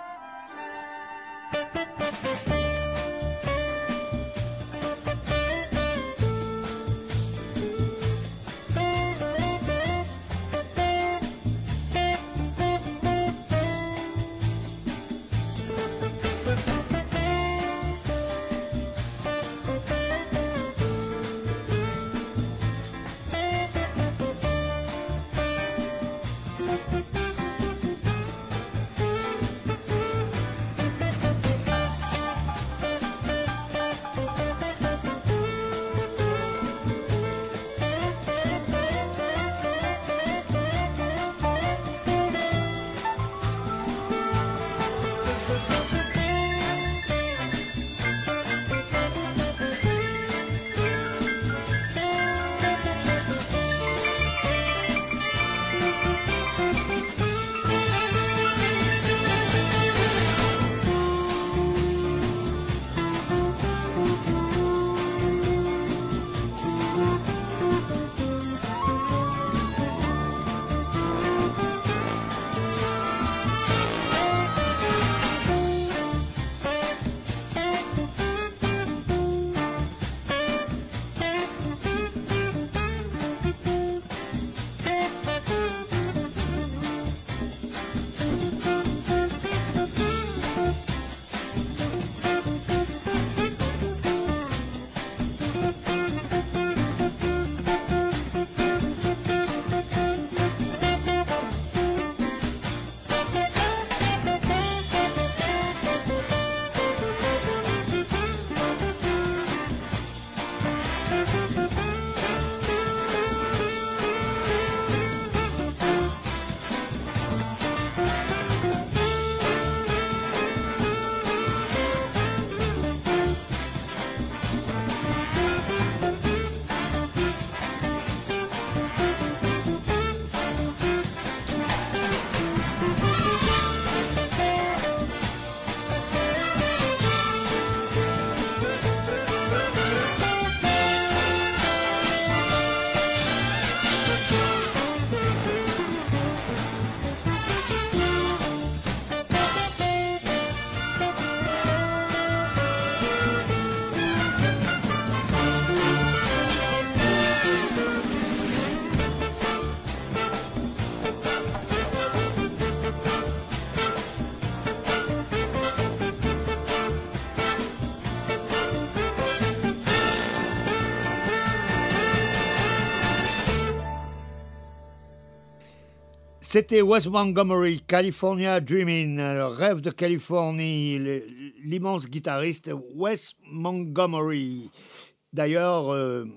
C'était Wes Montgomery, California Dreamin', le rêve de Californie, l'immense guitariste Wes Montgomery. D'ailleurs,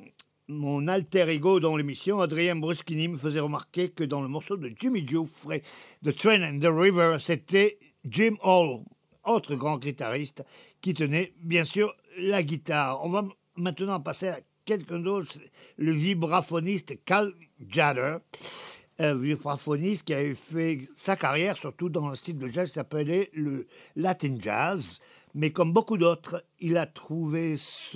mon alter ego dans l'émission, Adrien Bruschini, me faisait remarquer que dans le morceau de Jimmy Jufrey, The Train and the River, c'était Jim Hall, autre grand guitariste, qui tenait bien sûr la guitare. On va maintenant passer à quelqu'un d'autre, le vibraphoniste Carl Jader, un vibraphoniste qui avait fait sa carrière surtout dans un style de jazz qui s'appelait le Latin Jazz. Mais comme beaucoup d'autres, il a trouvé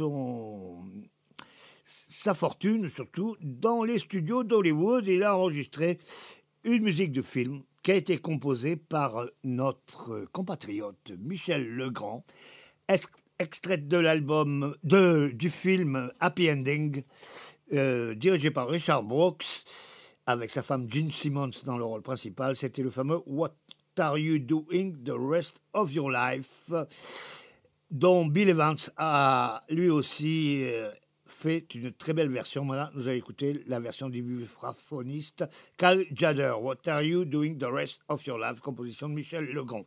sa fortune surtout dans les studios d'Hollywood. Il a enregistré une musique de film qui a été composée par notre compatriote Michel Legrand, extraite de l'album du film Happy Ending, dirigé par Richard Brooks, avec sa femme Gene Simmons dans le rôle principal. C'était le fameux What Are You Doing the Rest of Your Life, dont Bill Evans a lui aussi fait une très belle version. Voilà, nous allons écouter la version du vibraphoniste Carl Jader. What Are You Doing the Rest of Your Life, composition de Michel Legrand.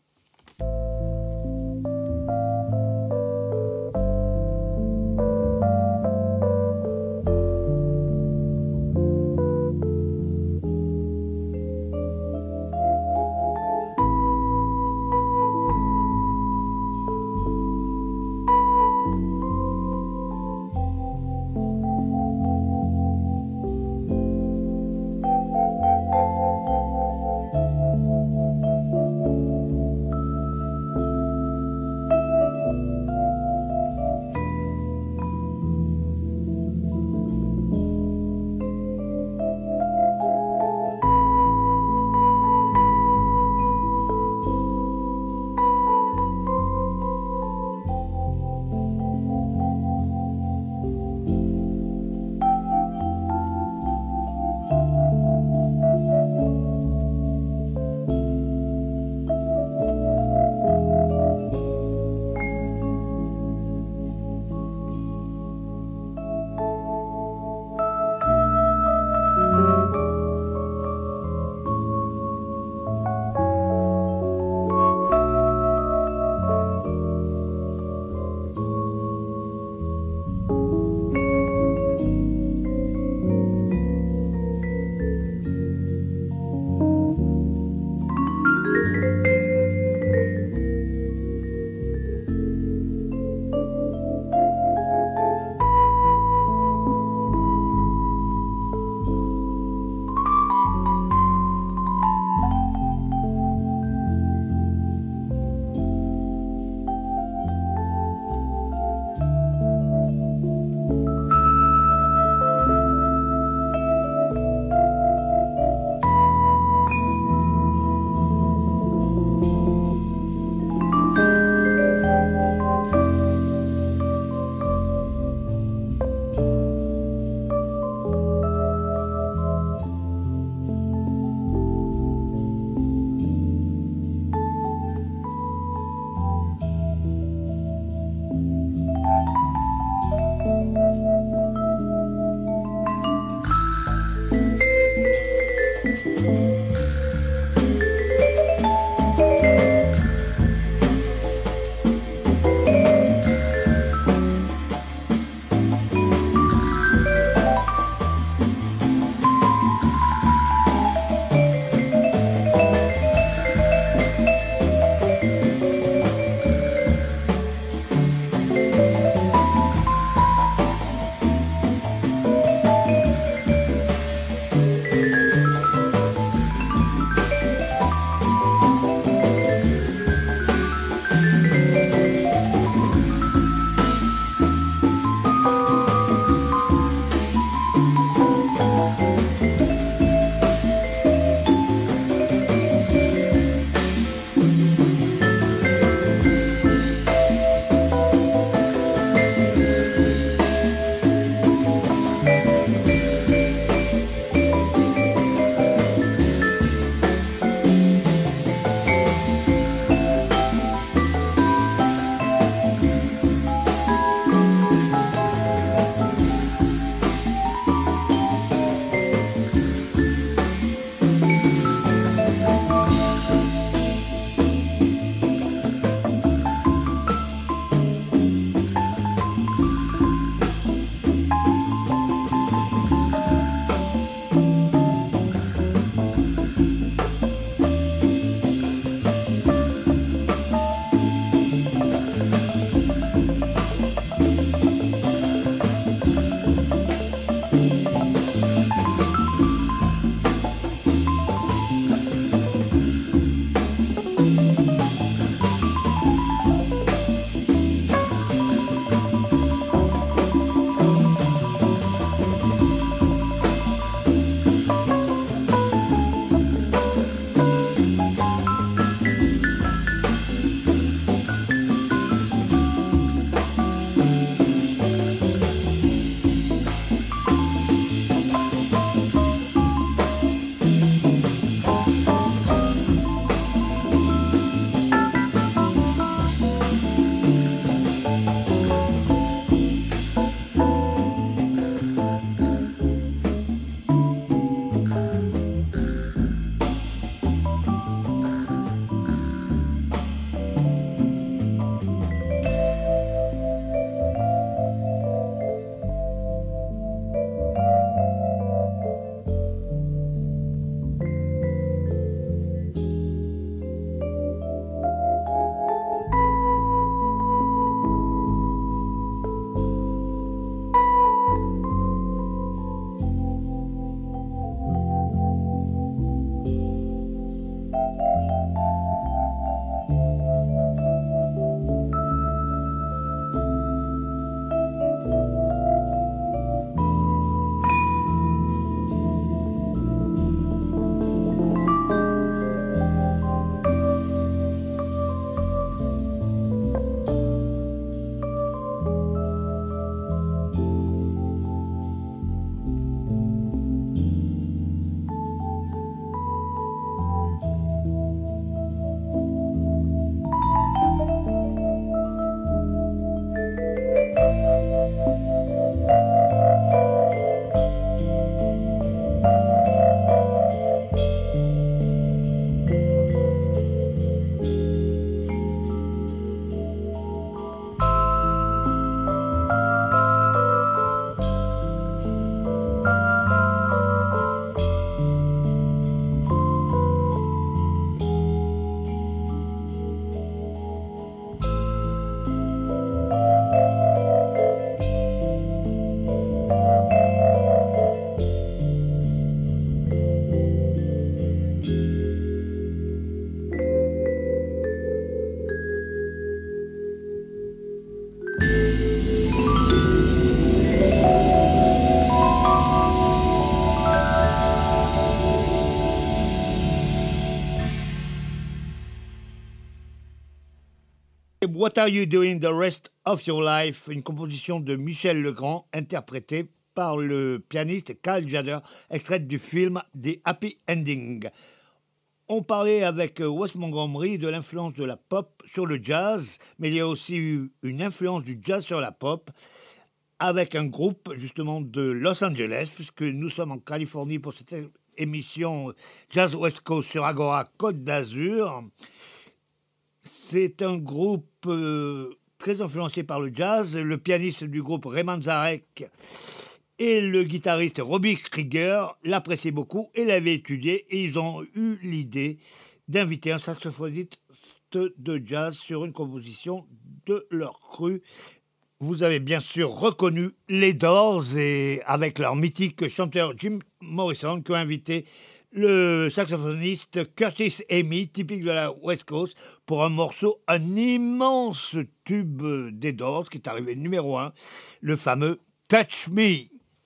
What Are You Doing the Rest of Your Life, une composition de Michel Legrand, interprétée par le pianiste Carl Jader, extraite du film The Happy Ending. On parlait avec Wes Montgomery de l'influence de la pop sur le jazz, mais il y a aussi eu une influence du jazz sur la pop, avec un groupe justement de Los Angeles, puisque nous sommes en Californie pour cette émission Jazz West Coast sur Agora Côte d'Azur. C'est un groupe très influencé par le jazz. Le pianiste du groupe Ray Manzarek et le guitariste Robbie Krieger l'appréciaient beaucoup et l'avaient étudié, et ils ont eu l'idée d'inviter un saxophoniste de jazz sur une composition de leur cru. Vous avez bien sûr reconnu les Doors, et avec leur mythique chanteur Jim Morrison, qui a invité le saxophoniste Curtis Amy, typique de la West Coast, pour un morceau, un immense tube des Doors, qui est arrivé numéro 1, le fameux Touch Me.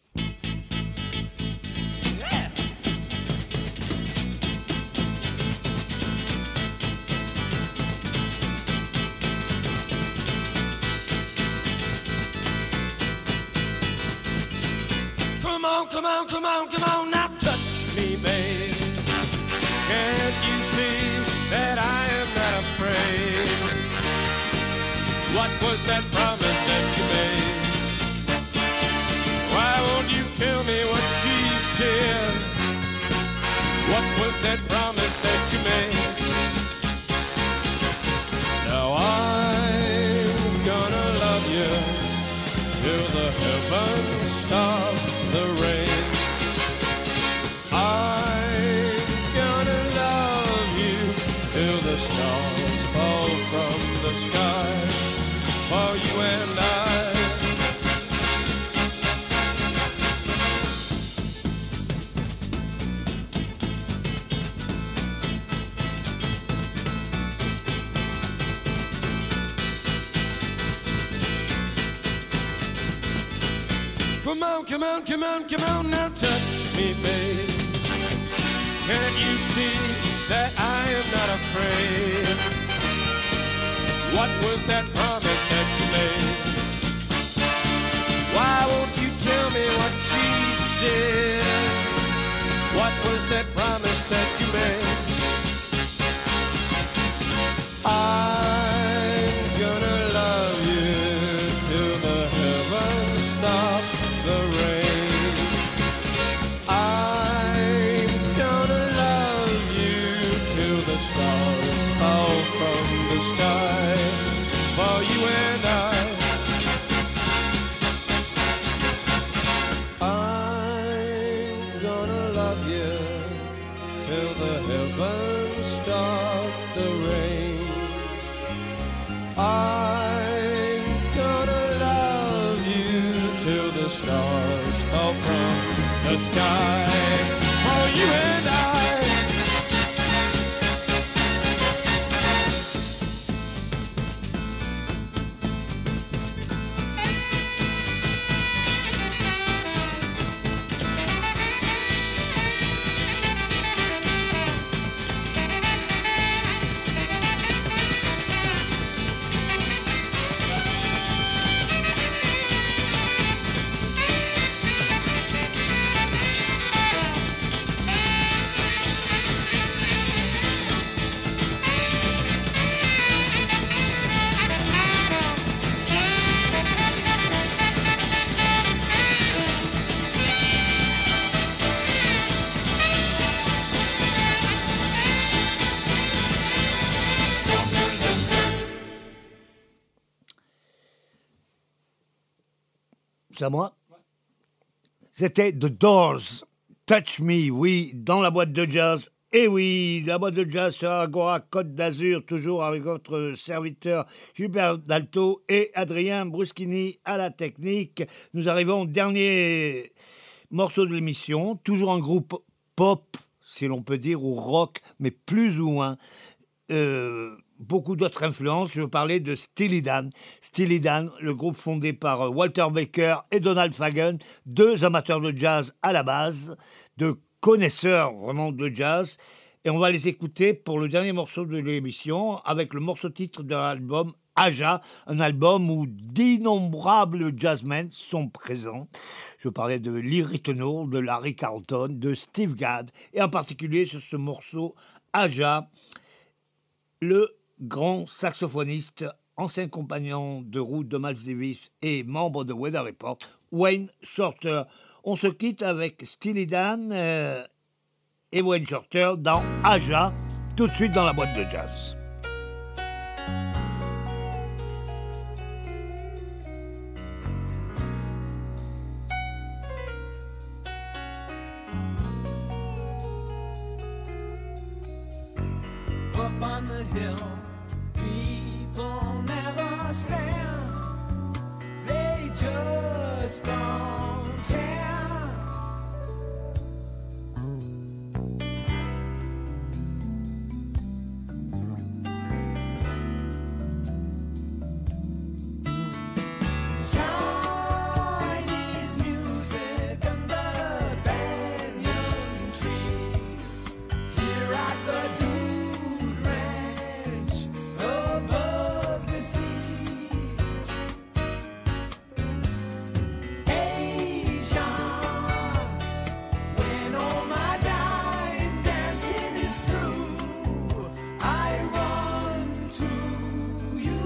Come on, come on, come on, now touch me, babe. Can't you see that I am not afraid? What was that promise that you made? Why won't you tell me what she said? What was that promise that you made? Now I'm gonna love you till the heavens stop the rain. I'm gonna love you till the stars fall from the sky for you and I. Come on, come on, come on, come on, now touch me, babe. Can't you see that I am not afraid? What was that promise that you made? Why won't you tell me what she said? What was that promise that you made? I'm gonna love you till the heavens stop the rain. I'm gonna love you till the stars fall from the sky for you and I'm gonna love you till the heavens stop the rain. I'm gonna love you till the stars fall from the sky for you and I. C'est à moi. C'était The Doors, Touch Me, oui, dans la boîte de jazz. Et oui, la boîte de jazz sur Agora Côte d'Azur, toujours avec votre serviteur Gilbert Dalto et Adrien Bruschini à la technique. Nous arrivons au dernier morceau de l'émission, toujours un groupe pop, si l'on peut dire, ou rock, mais plus ou moins. Beaucoup d'autres influences. Je veux parler de Steely Dan. Steely Dan, le groupe fondé par Walter Baker et Donald Fagen, deux amateurs de jazz à la base, de connaisseurs vraiment de jazz. Et on va les écouter pour le dernier morceau de l'émission avec le morceau titre de l'album Aja, un album où d'innombrables jazzmen sont présents. Je parlais de Lee Ritenour, de Larry Carlton, de Steve Gadd, et en particulier sur ce morceau Aja, le grand saxophoniste, ancien compagnon de route de Miles Davis et membre de Weather Report, Wayne Shorter. On se quitte avec Steely Dan et Wayne Shorter dans Aja, tout de suite dans la boîte de jazz. Up on the hill, people never stand. They just don't care. Chinese music under banyan tree. Here at the Dude Ranch above the sea. Asia, when all my dime dancing is through, I run to you.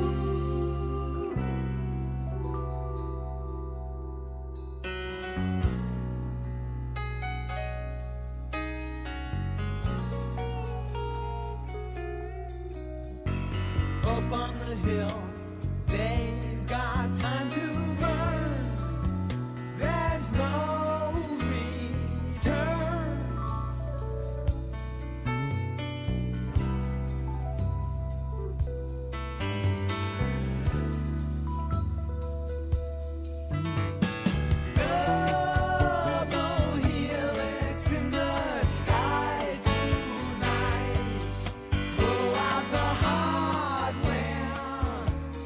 Up on the hill, they've got time to burn. There's no return. Double helix in the sky tonight. Blow out the hardware.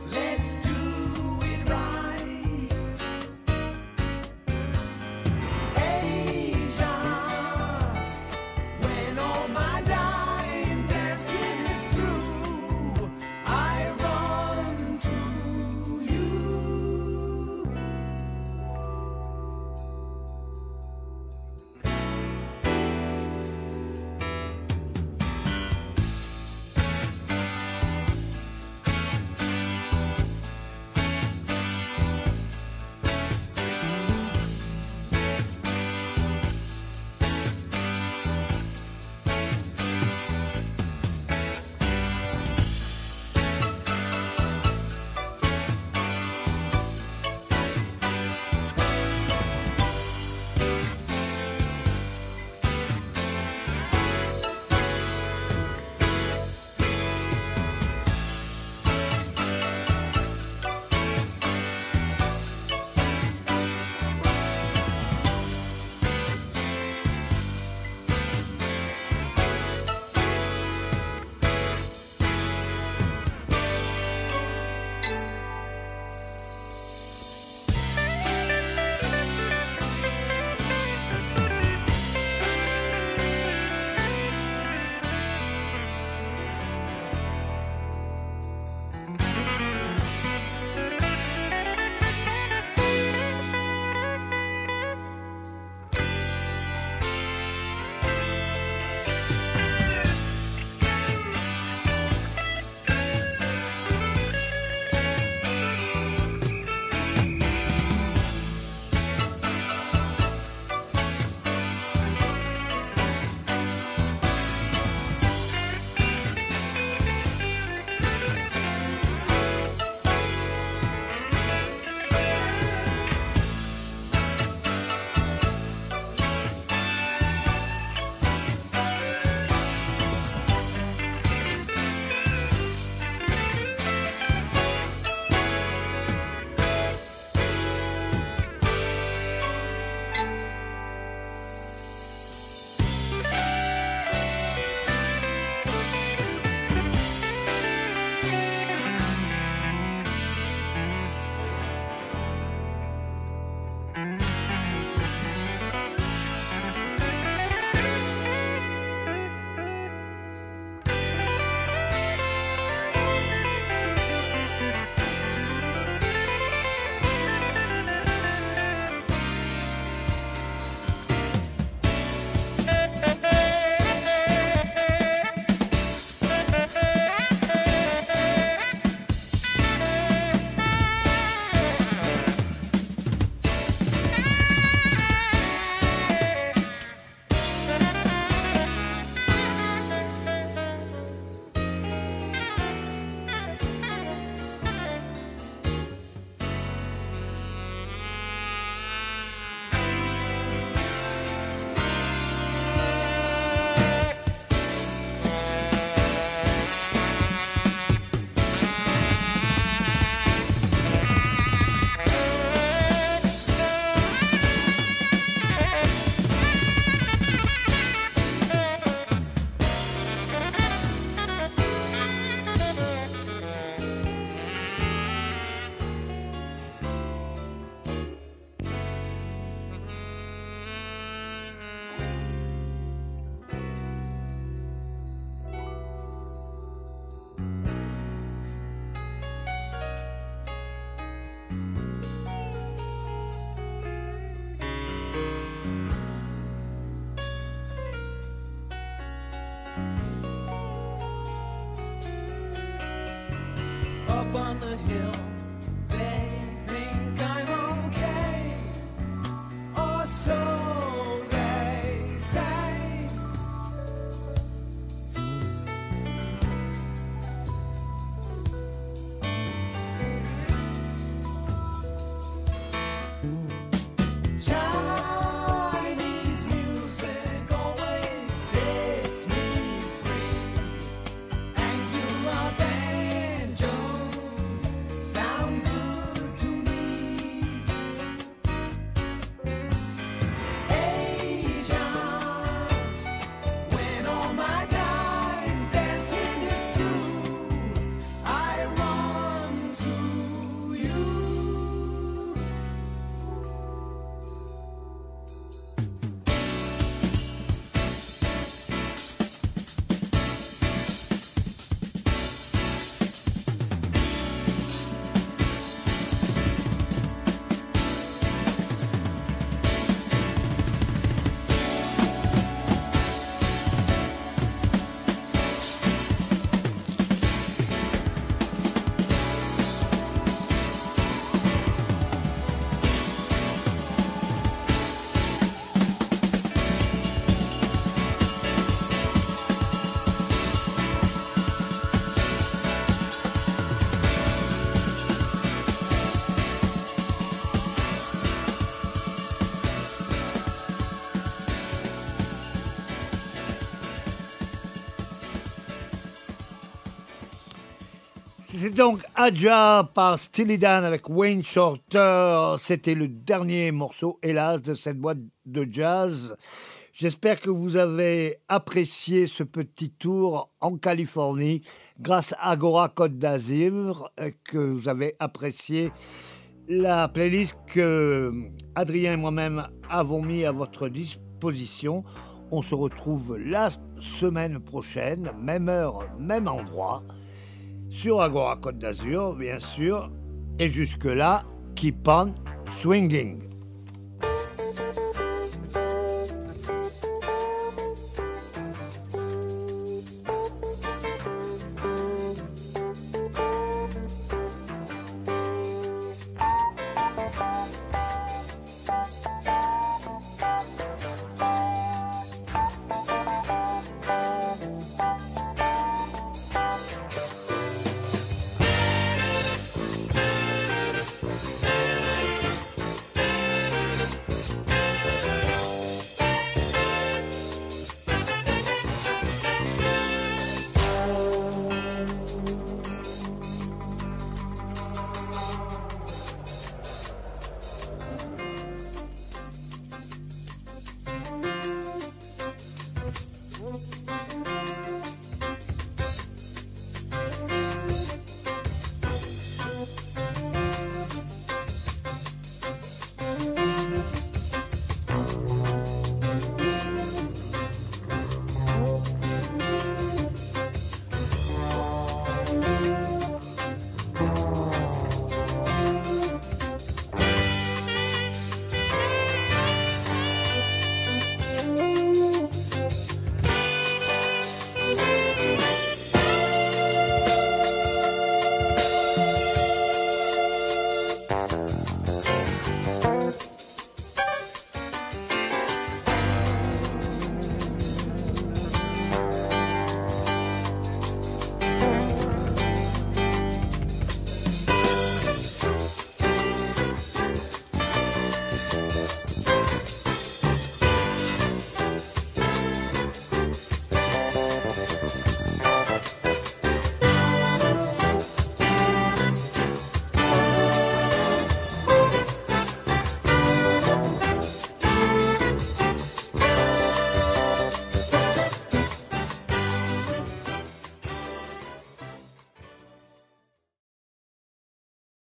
up on the hill. They think I'm okay, or so they say. Chinese music always sets me free. Angular banjos sound good to me. Asia, when all my time dancing is through, I run to you. C'est donc Adja par Steely Dan avec Wayne Shorter. C'était le dernier morceau, hélas, de cette boîte de jazz. J'espère que vous avez apprécié ce petit tour en Californie grâce à Agora Côte d'Azur, que vous avez apprécié la playlist que Adrien et moi-même avons mis à votre disposition. On se retrouve la semaine prochaine, même heure, même endroit, sur Agora Côte d'Azur, bien sûr. Et jusque-là, keep on swinging.